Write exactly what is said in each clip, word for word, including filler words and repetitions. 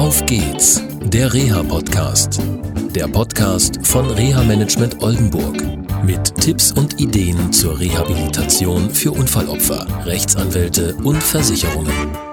Auf geht's, der Reha-Podcast. Der Podcast von Reha-Management Oldenburg. Mit Tipps und Ideen zur Rehabilitation für Unfallopfer, Rechtsanwälte und Versicherungen.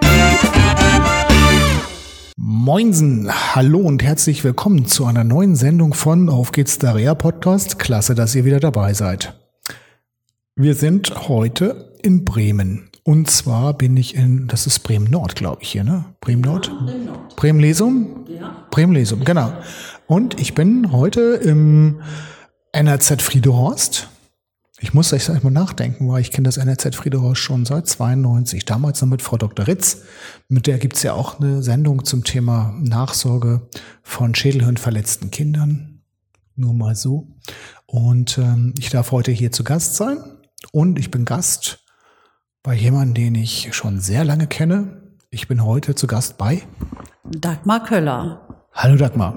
Moinsen, hallo und herzlich willkommen zu einer neuen Sendung von Auf geht's, der Reha-Podcast. Klasse, dass ihr wieder dabei seid. Wir sind heute in Bremen. Und zwar bin ich in, das ist Bremen-Nord, glaube ich hier, ne? Bremen-Nord? Ja, Bremen-Nord. Bremen-Lesum? Ja. Bremen-Lesum, genau. Und ich bin heute im N R Z Friedehorst. Ich muss echt mal nachdenken, weil ich kenne das N R Z Friedehorst schon seit zweiundneunzig. Damals noch mit Frau Doktor Ritz. Mit der gibt's ja auch eine Sendung zum Thema Nachsorge von schädelhirnverletzten Kindern. Nur mal so. Und ähm, ich darf heute hier zu Gast sein. Und ich bin Gast bei jemandem, den ich schon sehr lange kenne. Ich bin heute zu Gast bei Dagmar Köller. Hallo Dagmar.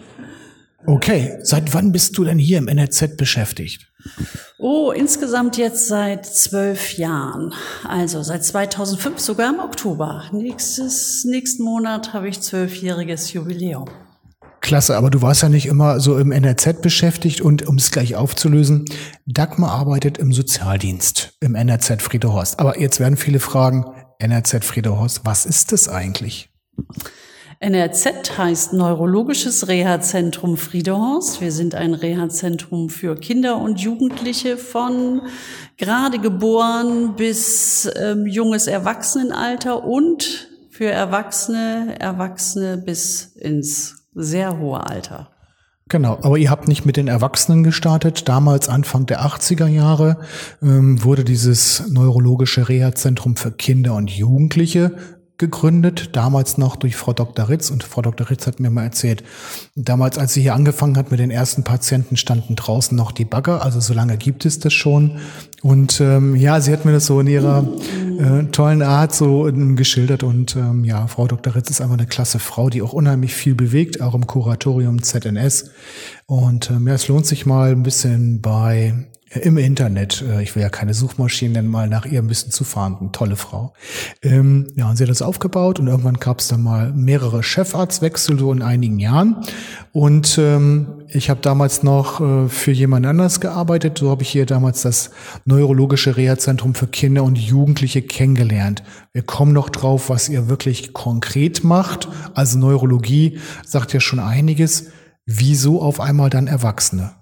Okay, seit wann bist du denn hier im N R Z beschäftigt? Oh, insgesamt jetzt seit zwölf Jahren. Also seit zweitausendfünf, sogar im Oktober. Nächstes, nächsten Monat habe ich zwölfjähriges Jubiläum. Klasse, aber du warst ja nicht immer so im N R Z beschäftigt und um es gleich aufzulösen, Dagmar arbeitet im Sozialdienst im N R Z Friedehorst. Aber jetzt werden viele fragen, N R Z Friedehorst, was ist das eigentlich? N R Z heißt Neurologisches Reha-Zentrum Friedehorst. Wir sind ein Reha-Zentrum für Kinder und Jugendliche von gerade geboren bis ähm, junges Erwachsenenalter und für Erwachsene, Erwachsene bis ins sehr hohe Alter. Genau, aber ihr habt nicht mit den Erwachsenen gestartet. Damals, Anfang der achtziger Jahre, ähm, wurde dieses Neurologische Reha-Zentrum für Kinder und Jugendliche gegründet, damals noch durch Frau Doktor Ritz. Und Frau Doktor Ritz hat mir mal erzählt, damals, als sie hier angefangen hat mit den ersten Patienten, standen draußen noch die Bagger, also so lange gibt es das schon. Und ähm, ja, sie hat mir das so in ihrer äh, tollen Art so ähm, geschildert. Und ähm, ja, Frau Doktor Ritz ist einfach eine klasse Frau, die auch unheimlich viel bewegt, auch im Kuratorium Z N S. Und ähm, ja, es lohnt sich mal ein bisschen bei im Internet, ich will ja keine Suchmaschinen nennen, mal nach ihr ein bisschen zu fahren. Eine tolle Frau. Ähm, ja, und sie hat das aufgebaut und irgendwann gab es dann mal mehrere Chefarztwechsel so in einigen Jahren. Und ähm, ich habe damals noch äh, für jemand anders gearbeitet. So habe ich hier damals das Neurologische Reha-Zentrum für Kinder und Jugendliche kennengelernt. Wir kommen noch drauf, was ihr wirklich konkret macht. Also Neurologie sagt ja schon einiges. Wieso auf einmal dann Erwachsene?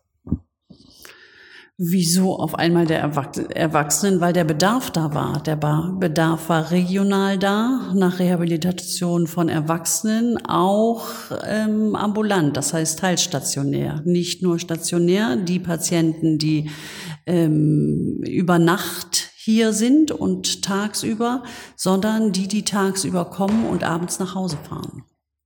Wieso auf einmal der Erwachsenen? Weil der Bedarf da war. Der Bedarf war regional da, nach Rehabilitation von Erwachsenen, auch ähm, ambulant, das heißt teilstationär, nicht nur stationär. Die Patienten, die ähm, über Nacht hier sind und tagsüber, sondern die, die tagsüber kommen und abends nach Hause fahren.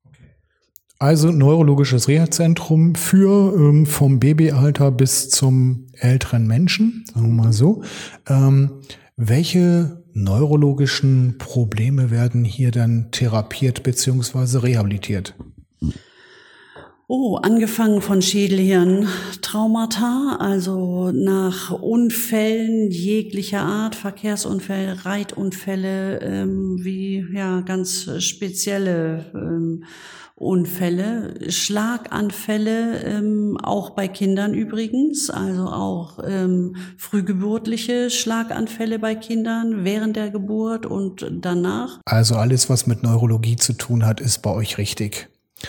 Also Neurologisches Reha-Zentrum für ähm, vom Babyalter bis zum älteren Menschen, sagen wir mal so. Ähm, welche neurologischen Probleme werden hier dann therapiert bzw. rehabilitiert? Oh, angefangen von Schädelhirntraumata, also nach Unfällen jeglicher Art, Verkehrsunfälle, Reitunfälle, ähm, wie ja ganz spezielle ähm, Unfälle, Schlaganfälle, ähm, auch bei Kindern übrigens, also auch ähm, frühgeburtliche Schlaganfälle bei Kindern während der Geburt und danach. Also alles, was mit Neurologie zu tun hat, ist bei euch richtig.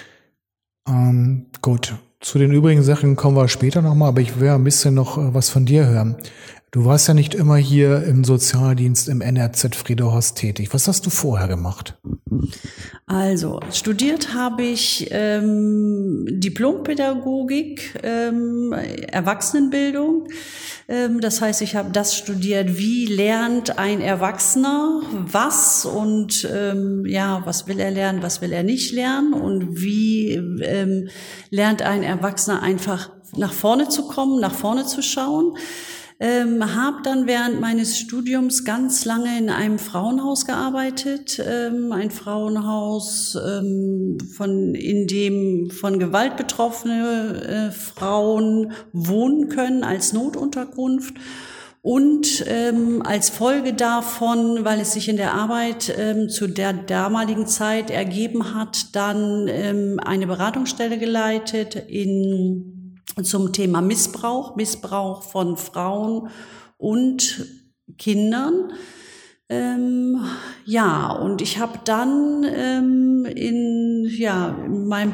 Ähm, gut, zu den übrigen Sachen kommen wir später nochmal, aber ich will ein bisschen noch äh, was von dir hören. Du warst ja nicht immer hier im Sozialdienst im N R Z Friedehorst tätig. Was hast du vorher gemacht? Also, studiert habe ich ähm, Diplompädagogik, ähm, Erwachsenenbildung. Ähm, das heißt, ich habe das studiert, wie lernt ein Erwachsener was und ähm, ja, was will er lernen, was will er nicht lernen und wie ähm, lernt ein Erwachsener einfach nach vorne zu kommen, nach vorne zu schauen. Ähm, habe dann während meines Studiums ganz lange in einem Frauenhaus gearbeitet, ähm, ein Frauenhaus, ähm, von in dem von Gewalt betroffene äh, Frauen wohnen können als Notunterkunft Und ähm, als Folge davon, weil es sich in der Arbeit ähm, zu der damaligen Zeit ergeben hat, dann ähm, eine Beratungsstelle geleitet in, zum Thema Missbrauch, Missbrauch von Frauen und Kindern. Ähm, ja, und ich habe dann ähm, in, ja, in meinem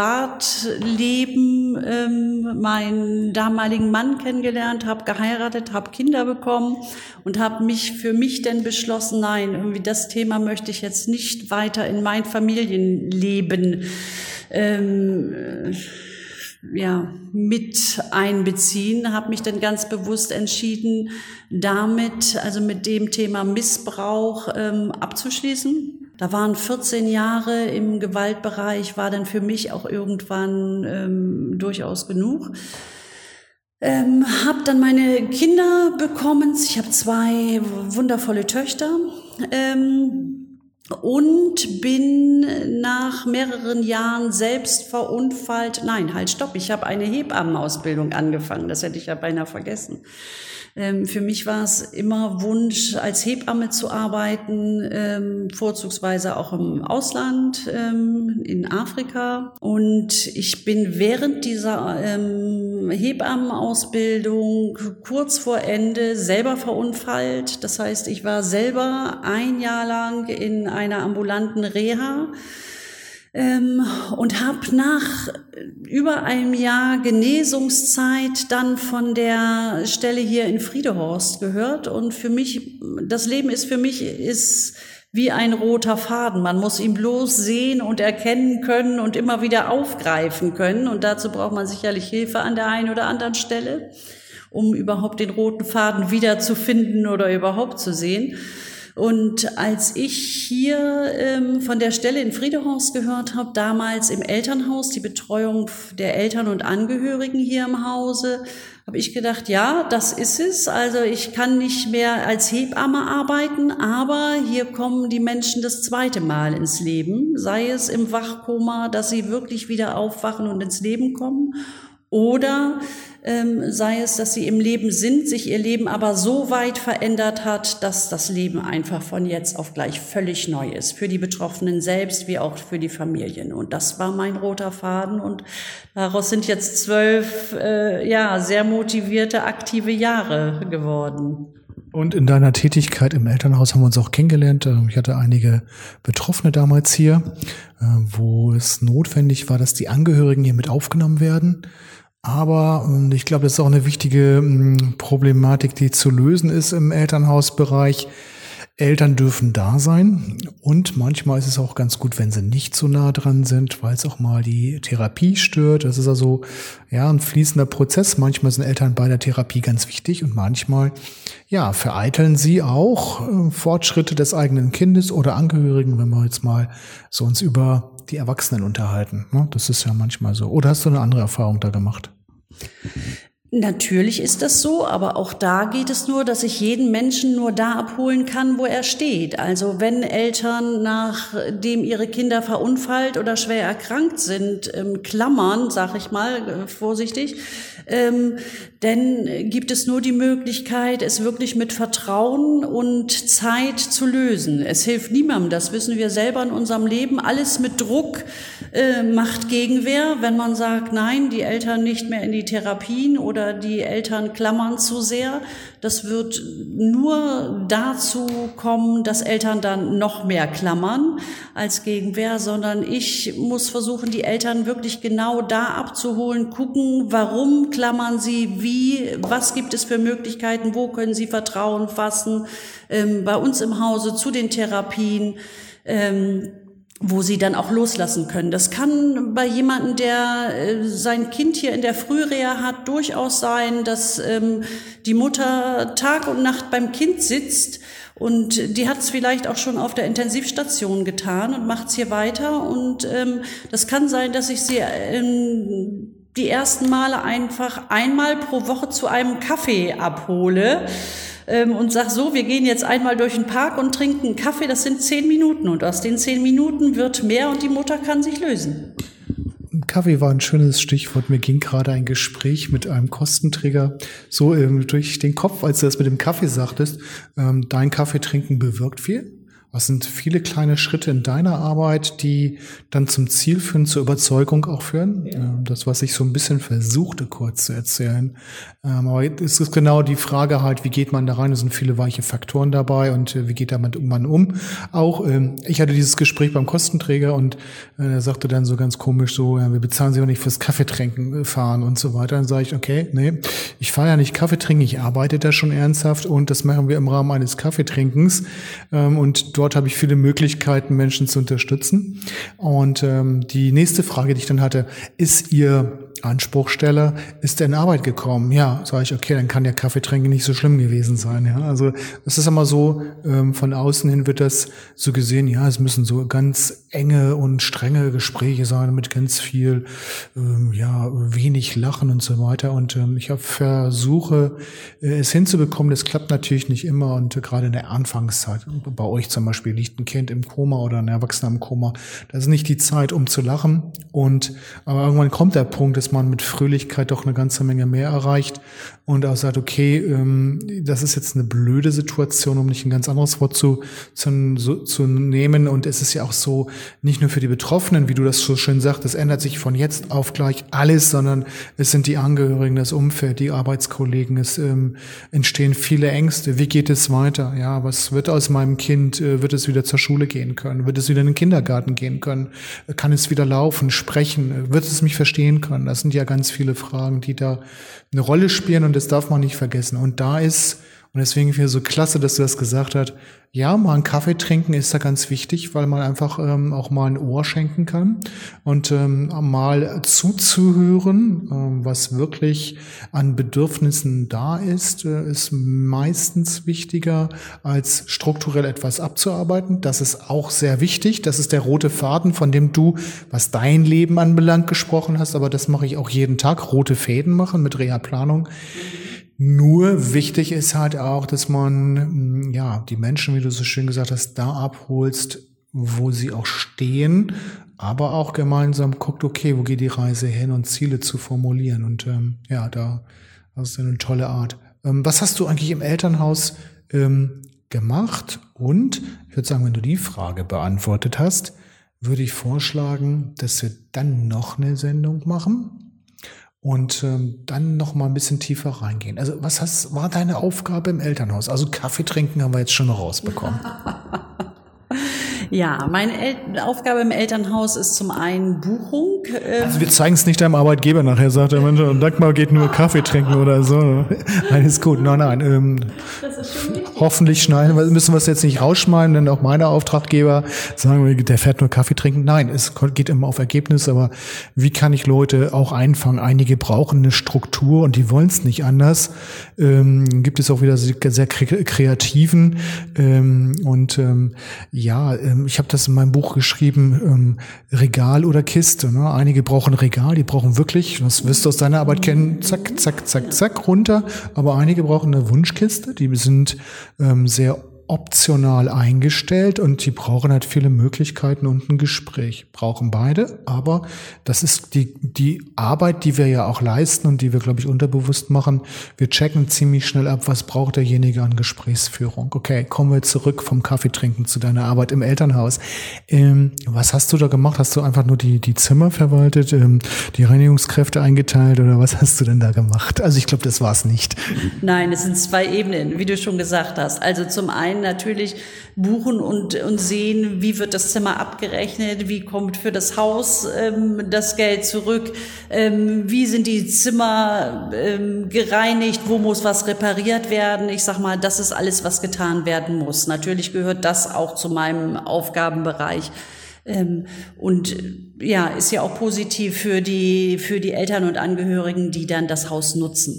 Privatleben ähm, meinen damaligen Mann kennengelernt, habe geheiratet, habe Kinder bekommen und habe mich für mich dann beschlossen, nein, irgendwie das Thema möchte ich jetzt nicht weiter in mein Familienleben ähm, ja, mit einbeziehen, habe mich dann ganz bewusst entschieden, damit, also mit dem Thema Missbrauch ähm, abzuschließen. Da waren vierzehn Jahre im Gewaltbereich, war dann für mich auch irgendwann ähm, durchaus genug. Ähm, habe dann meine Kinder bekommen, ich habe zwei wundervolle Töchter. Ähm, Und bin nach mehreren Jahren selbst verunfallt. Nein, halt, stopp, ich habe eine Hebammenausbildung angefangen. Das hätte ich ja beinahe vergessen. Ähm, für mich war es immer Wunsch, als Hebamme zu arbeiten, ähm, vorzugsweise auch im Ausland, ähm, in Afrika. Und ich bin während dieser ähm, Hebammenausbildung kurz vor Ende selber verunfallt. Das heißt, ich war selber ein Jahr lang in einer ambulanten Reha. Ähm, und habe nach über einem Jahr Genesungszeit dann von der Stelle hier in Friedehorst gehört. Und für mich, das Leben ist für mich ist wie ein roter Faden. Man muss ihn bloß sehen und erkennen können und immer wieder aufgreifen können. Und dazu braucht man sicherlich Hilfe an der einen oder anderen Stelle, um überhaupt den roten Faden wiederzufinden oder überhaupt zu sehen. Und als ich hier ähm, von der Stelle in Friedehorst gehört habe, damals im Elternhaus, die Betreuung der Eltern und Angehörigen hier im Hause, habe ich gedacht, ja, das ist es. Also ich kann nicht mehr als Hebamme arbeiten, aber hier kommen die Menschen das zweite Mal ins Leben, sei es im Wachkoma, dass sie wirklich wieder aufwachen und ins Leben kommen, oder ähm, sei es, dass sie im Leben sind, sich ihr Leben aber so weit verändert hat, dass das Leben einfach von jetzt auf gleich völlig neu ist, für die Betroffenen selbst wie auch für die Familien. Und das war mein roter Faden und daraus sind jetzt zwölf äh, ja, sehr motivierte, aktive Jahre geworden. Und in deiner Tätigkeit im Elternhaus haben wir uns auch kennengelernt. Ich hatte einige Betroffene damals hier, wo es notwendig war, dass die Angehörigen hier mit aufgenommen werden. Aber ich glaube, das ist auch eine wichtige Problematik, die zu lösen ist im Elternhausbereich. Eltern dürfen da sein und manchmal ist es auch ganz gut, wenn sie nicht so nah dran sind, weil es auch mal die Therapie stört. Das ist also ja ein fließender Prozess. Manchmal sind Eltern bei der Therapie ganz wichtig und manchmal ja vereiteln sie auch äh, Fortschritte des eigenen Kindes oder Angehörigen, wenn wir jetzt mal so uns über die Erwachsenen unterhalten. Ne? Das ist ja manchmal so. Oder hast du eine andere Erfahrung da gemacht? Natürlich ist das so, aber auch da geht es nur, dass ich jeden Menschen nur da abholen kann, wo er steht. Also wenn Eltern, nachdem ihre Kinder verunfallt oder schwer erkrankt sind, ähm, klammern, sag ich mal äh, vorsichtig, ähm, dann gibt es nur die Möglichkeit, es wirklich mit Vertrauen und Zeit zu lösen. Es hilft niemandem, das wissen wir selber in unserem Leben. Alles mit Druck äh, macht Gegenwehr, wenn man sagt, nein, die Eltern nicht mehr in die Therapien oder die Eltern klammern zu sehr. Das wird nur dazu kommen, dass Eltern dann noch mehr klammern als Gegenwehr, sondern ich muss versuchen, die Eltern wirklich genau da abzuholen, gucken, warum klammern sie, wie, was gibt es für Möglichkeiten, wo können sie Vertrauen fassen, ähm, bei uns im Hause zu den Therapien, ähm, wo sie dann auch loslassen können. Das kann bei jemandem, der äh, sein Kind hier in der Frühreha hat, durchaus sein, dass ähm, die Mutter Tag und Nacht beim Kind sitzt und die hat es vielleicht auch schon auf der Intensivstation getan und macht es hier weiter. Und ähm, das kann sein, dass ich sie ähm, die ersten Male einfach einmal pro Woche zu einem Kaffee abhole und sag so, wir gehen jetzt einmal durch den Park und trinken einen Kaffee, das sind zehn Minuten und aus den zehn Minuten wird mehr und die Mutter kann sich lösen. Kaffee war ein schönes Stichwort. Mir ging gerade ein Gespräch mit einem Kostenträger so ähm, durch den Kopf, als du das mit dem Kaffee sagtest. Ähm, dein Kaffee trinken bewirkt viel. Was sind viele kleine Schritte in deiner Arbeit, die dann zum Ziel führen, zur Überzeugung auch führen? Ja. Das, was ich so ein bisschen versuchte, kurz zu erzählen. Aber es ist genau die Frage halt, wie geht man da rein? Es sind viele weiche Faktoren dabei und wie geht da man um? Auch ich hatte dieses Gespräch beim Kostenträger und er sagte dann so ganz komisch so, ja, wir bezahlen Sie aber nicht fürs Kaffeetrinken fahren und so weiter. Dann sage ich, okay, nee, ich fahre ja nicht Kaffee trinken, ich arbeite da schon ernsthaft und das machen wir im Rahmen eines Kaffeetrinkens und dort Dort habe ich viele Möglichkeiten, Menschen zu unterstützen. Und ähm, die nächste Frage, die ich dann hatte, ist Ihr Anspruchsteller, ist er in Arbeit gekommen? Ja, sage ich, okay, dann kann der Kaffeetrinken nicht so schlimm gewesen sein. Ja, also es ist immer so, ähm, von außen hin wird das so gesehen, ja, es müssen so ganz enge und strenge Gespräche sein mit ganz viel, ähm, ja, wenig Lachen und so weiter. Und ähm, ich hab, versuche, äh, es hinzubekommen. Das klappt natürlich nicht immer und äh, gerade in der Anfangszeit, bei euch zum Beispiel, liegt ein Kind im Koma oder ein Erwachsener im Koma, das ist nicht die Zeit, um zu lachen. Und aber irgendwann kommt der Punkt, dass man mit Fröhlichkeit doch eine ganze Menge mehr erreicht und auch sagt, okay, ähm, das ist jetzt eine blöde Situation, um nicht ein ganz anderes Wort zu, zu, so, zu nehmen. Und es ist ja auch so, nicht nur für die Betroffenen, wie du das so schön sagst, es ändert sich von jetzt auf gleich alles, sondern es sind die Angehörigen, das Umfeld, die Arbeitskollegen, es ähm, entstehen viele Ängste. Wie geht es weiter? Ja, was wird aus meinem Kind? Äh, wird es wieder zur Schule gehen können? Wird es wieder in den Kindergarten gehen können? Kann es wieder laufen, sprechen? Wird es mich verstehen können? Das sind ja ganz viele Fragen, die da eine Rolle spielen und das darf man nicht vergessen. Und da ist, und deswegen finde ich so klasse, dass du das gesagt hast, ja, mal einen Kaffee trinken ist da ganz wichtig, weil man einfach ähm, auch mal ein Ohr schenken kann und ähm, mal zuzuhören, ähm, was wirklich an Bedürfnissen da ist, äh, ist meistens wichtiger, als strukturell etwas abzuarbeiten. Das ist auch sehr wichtig. Das ist der rote Faden, von dem du, was dein Leben anbelangt, gesprochen hast. Aber das mache ich auch jeden Tag, rote Fäden machen mit Reha-Planung. Nur wichtig ist halt auch, dass man ja die Menschen, wie du so schön gesagt hast, da abholst, wo sie auch stehen, aber auch gemeinsam guckt, okay, wo geht die Reise hin und Ziele zu formulieren. Und ähm, ja, da das ist eine tolle Art. Ähm, was hast du eigentlich im Elternhaus ähm, gemacht? Und ich würde sagen, wenn du die Frage beantwortet hast, würde ich vorschlagen, dass wir dann noch eine Sendung machen. Und ähm, dann noch mal ein bisschen tiefer reingehen. Also was hast, war deine Aufgabe im Elternhaus? Also Kaffee trinken haben wir jetzt schon rausbekommen. Ja, meine El- Aufgabe im Elternhaus ist zum einen Buchung. Ähm also wir zeigen es nicht deinem Arbeitgeber nachher, sagt der Mensch, und Dagmar geht nur Kaffee trinken oder so. Alles gut, nein, nein. Ähm, das ist schon wichtig. Hoffentlich schneiden, müssen wir es jetzt nicht rausschneiden, denn auch meine Auftraggeber sagen, der fährt nur Kaffee trinken. Nein, es geht immer auf Ergebnis, aber wie kann ich Leute auch einfangen? Einige brauchen eine Struktur und die wollen es nicht anders. Ähm, gibt es auch wieder sehr, sehr kreativen ähm, und ähm, ja, ähm, ich habe das in meinem Buch geschrieben, ähm, Regal oder Kiste. Ne? Einige brauchen Regal, die brauchen wirklich, das wirst du aus deiner Arbeit kennen, zack, zack, zack, zack, runter. Aber einige brauchen eine Wunschkiste, die sind ähm, sehr optional eingestellt und die brauchen halt viele Möglichkeiten und ein Gespräch. Brauchen beide, aber das ist die die Arbeit, die wir ja auch leisten und die wir, glaube ich, unterbewusst machen. Wir checken ziemlich schnell ab, was braucht derjenige an Gesprächsführung. Okay, kommen wir zurück vom Kaffeetrinken zu deiner Arbeit im Elternhaus. Ähm, was hast du da gemacht? Hast du einfach nur die die Zimmer verwaltet, ähm, die Reinigungskräfte eingeteilt oder was hast du denn da gemacht? Also ich glaube, das war es nicht. Nein, es sind zwei Ebenen, wie du schon gesagt hast. Also zum einen natürlich buchen und, und sehen, wie wird das Zimmer abgerechnet, wie kommt für das Haus ähm, das Geld zurück, ähm, wie sind die Zimmer ähm, gereinigt, wo muss was repariert werden. Ich sag mal, das ist alles, was getan werden muss. Natürlich gehört das auch zu meinem Aufgabenbereich. Ähm, und ja, ist ja auch positiv für die, für die Eltern und Angehörigen, die dann das Haus nutzen.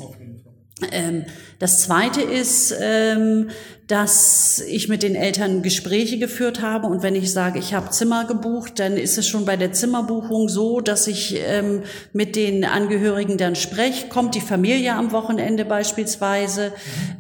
Ähm, das Zweite ist, ähm, dass ich mit den Eltern Gespräche geführt habe und wenn ich sage, ich habe Zimmer gebucht, dann ist es schon bei der Zimmerbuchung so, dass ich ähm, mit den Angehörigen dann spreche. Kommt die Familie am Wochenende beispielsweise?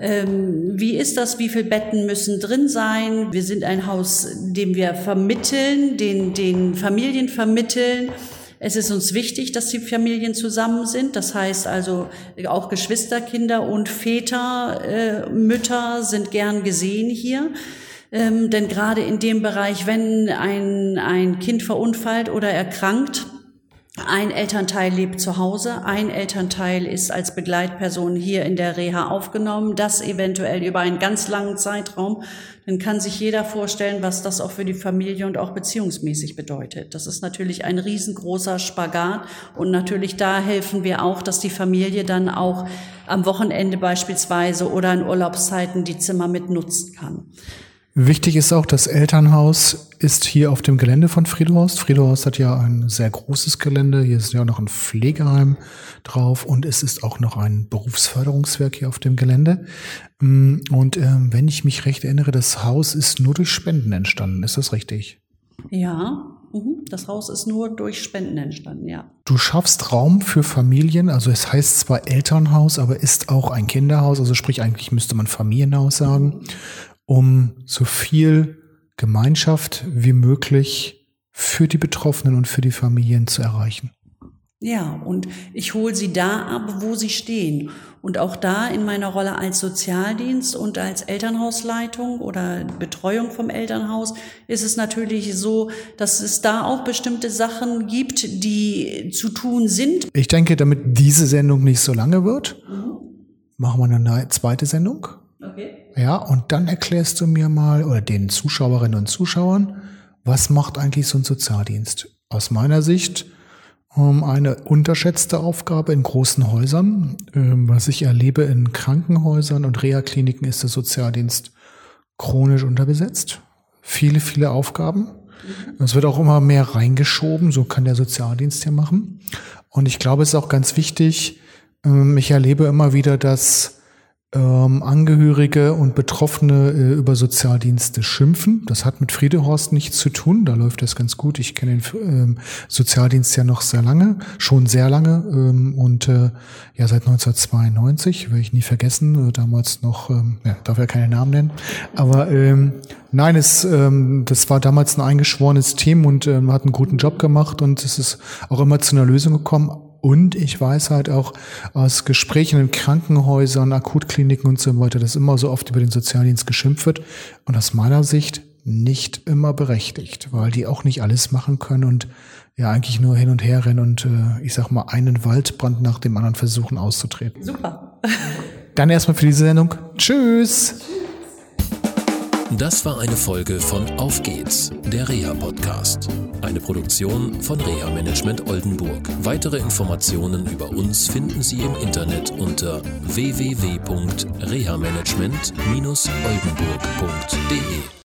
Ähm, wie ist das? Wie viele Betten müssen drin sein? Wir sind ein Haus, dem wir vermitteln, den, den Familien vermitteln. Es ist uns wichtig, dass die Familien zusammen sind. Das heißt also, auch Geschwisterkinder und Väter, äh, Mütter sind gern gesehen hier. Ähm, denn gerade in dem Bereich, wenn ein, ein Kind verunfallt oder erkrankt, ein Elternteil lebt zu Hause, ein Elternteil ist als Begleitperson hier in der Reha aufgenommen, das eventuell über einen ganz langen Zeitraum. Dann kann sich jeder vorstellen, was das auch für die Familie und auch beziehungsmäßig bedeutet. Das ist natürlich ein riesengroßer Spagat und natürlich da helfen wir auch, dass die Familie dann auch am Wochenende beispielsweise oder in Urlaubszeiten die Zimmer mit nutzen kann. Wichtig ist auch, das Elternhaus ist hier auf dem Gelände von Friedohorst. Friedohorst hat ja ein sehr großes Gelände. Hier ist ja noch ein Pflegeheim drauf und es ist auch noch ein Berufsförderungswerk hier auf dem Gelände. Und ähm, wenn ich mich recht erinnere, das Haus ist nur durch Spenden entstanden. Ist das richtig? Ja, das Haus ist nur durch Spenden entstanden, ja. Du schaffst Raum für Familien, also es heißt zwar Elternhaus, aber ist auch ein Kinderhaus. Also sprich, eigentlich müsste man Familienhaus sagen, um so viel Gemeinschaft wie möglich für die Betroffenen und für die Familien zu erreichen. Ja, und ich hole sie da ab, wo sie stehen. Und auch da in meiner Rolle als Sozialdienst und als Elternhausleitung oder Betreuung vom Elternhaus ist es natürlich so, dass es da auch bestimmte Sachen gibt, die zu tun sind. Ich denke, damit diese Sendung nicht so lange wird, mhm. machen wir eine zweite Sendung. Okay. Ja, und dann erklärst du mir mal oder den Zuschauerinnen und Zuschauern, was macht eigentlich so ein Sozialdienst? Aus meiner Sicht ähm, eine unterschätzte Aufgabe in großen Häusern. Ähm, was ich erlebe in Krankenhäusern und Reha-Kliniken ist der Sozialdienst chronisch unterbesetzt. Viele, viele Aufgaben. Es wird auch immer mehr reingeschoben, so kann der Sozialdienst ja machen. Und ich glaube, es ist auch ganz wichtig, ähm, ich erlebe immer wieder, dass Ähm, Angehörige und Betroffene äh, über Sozialdienste schimpfen. Das hat mit Friedohorst nichts zu tun, da läuft das ganz gut. Ich kenne den ähm, Sozialdienst ja noch sehr lange, schon sehr lange ähm, und äh, ja seit neunzehnhundertzweiundneunzig, werde ich nie vergessen, äh, damals noch, ähm, ja, darf ja keine Namen nennen, aber ähm, nein, es, ähm, das war damals ein eingeschworenes Team und ähm, hat einen guten Job gemacht und es ist auch immer zu einer Lösung gekommen. Und ich weiß halt auch aus Gesprächen in Krankenhäusern, Akutkliniken und so weiter, dass immer so oft über den Sozialdienst geschimpft wird. Und aus meiner Sicht nicht immer berechtigt, weil die auch nicht alles machen können und ja eigentlich nur hin und her rennen und äh, ich sag mal einen Waldbrand nach dem anderen versuchen auszutreten. Super. Dann erstmal für diese Sendung. Tschüss. Das war eine Folge von Auf geht's, der Reha-Podcast. Eine Produktion von Reha Management Oldenburg. Weitere Informationen über uns finden Sie im Internet unter w w w punkt reha management dash oldenburg punkt d e.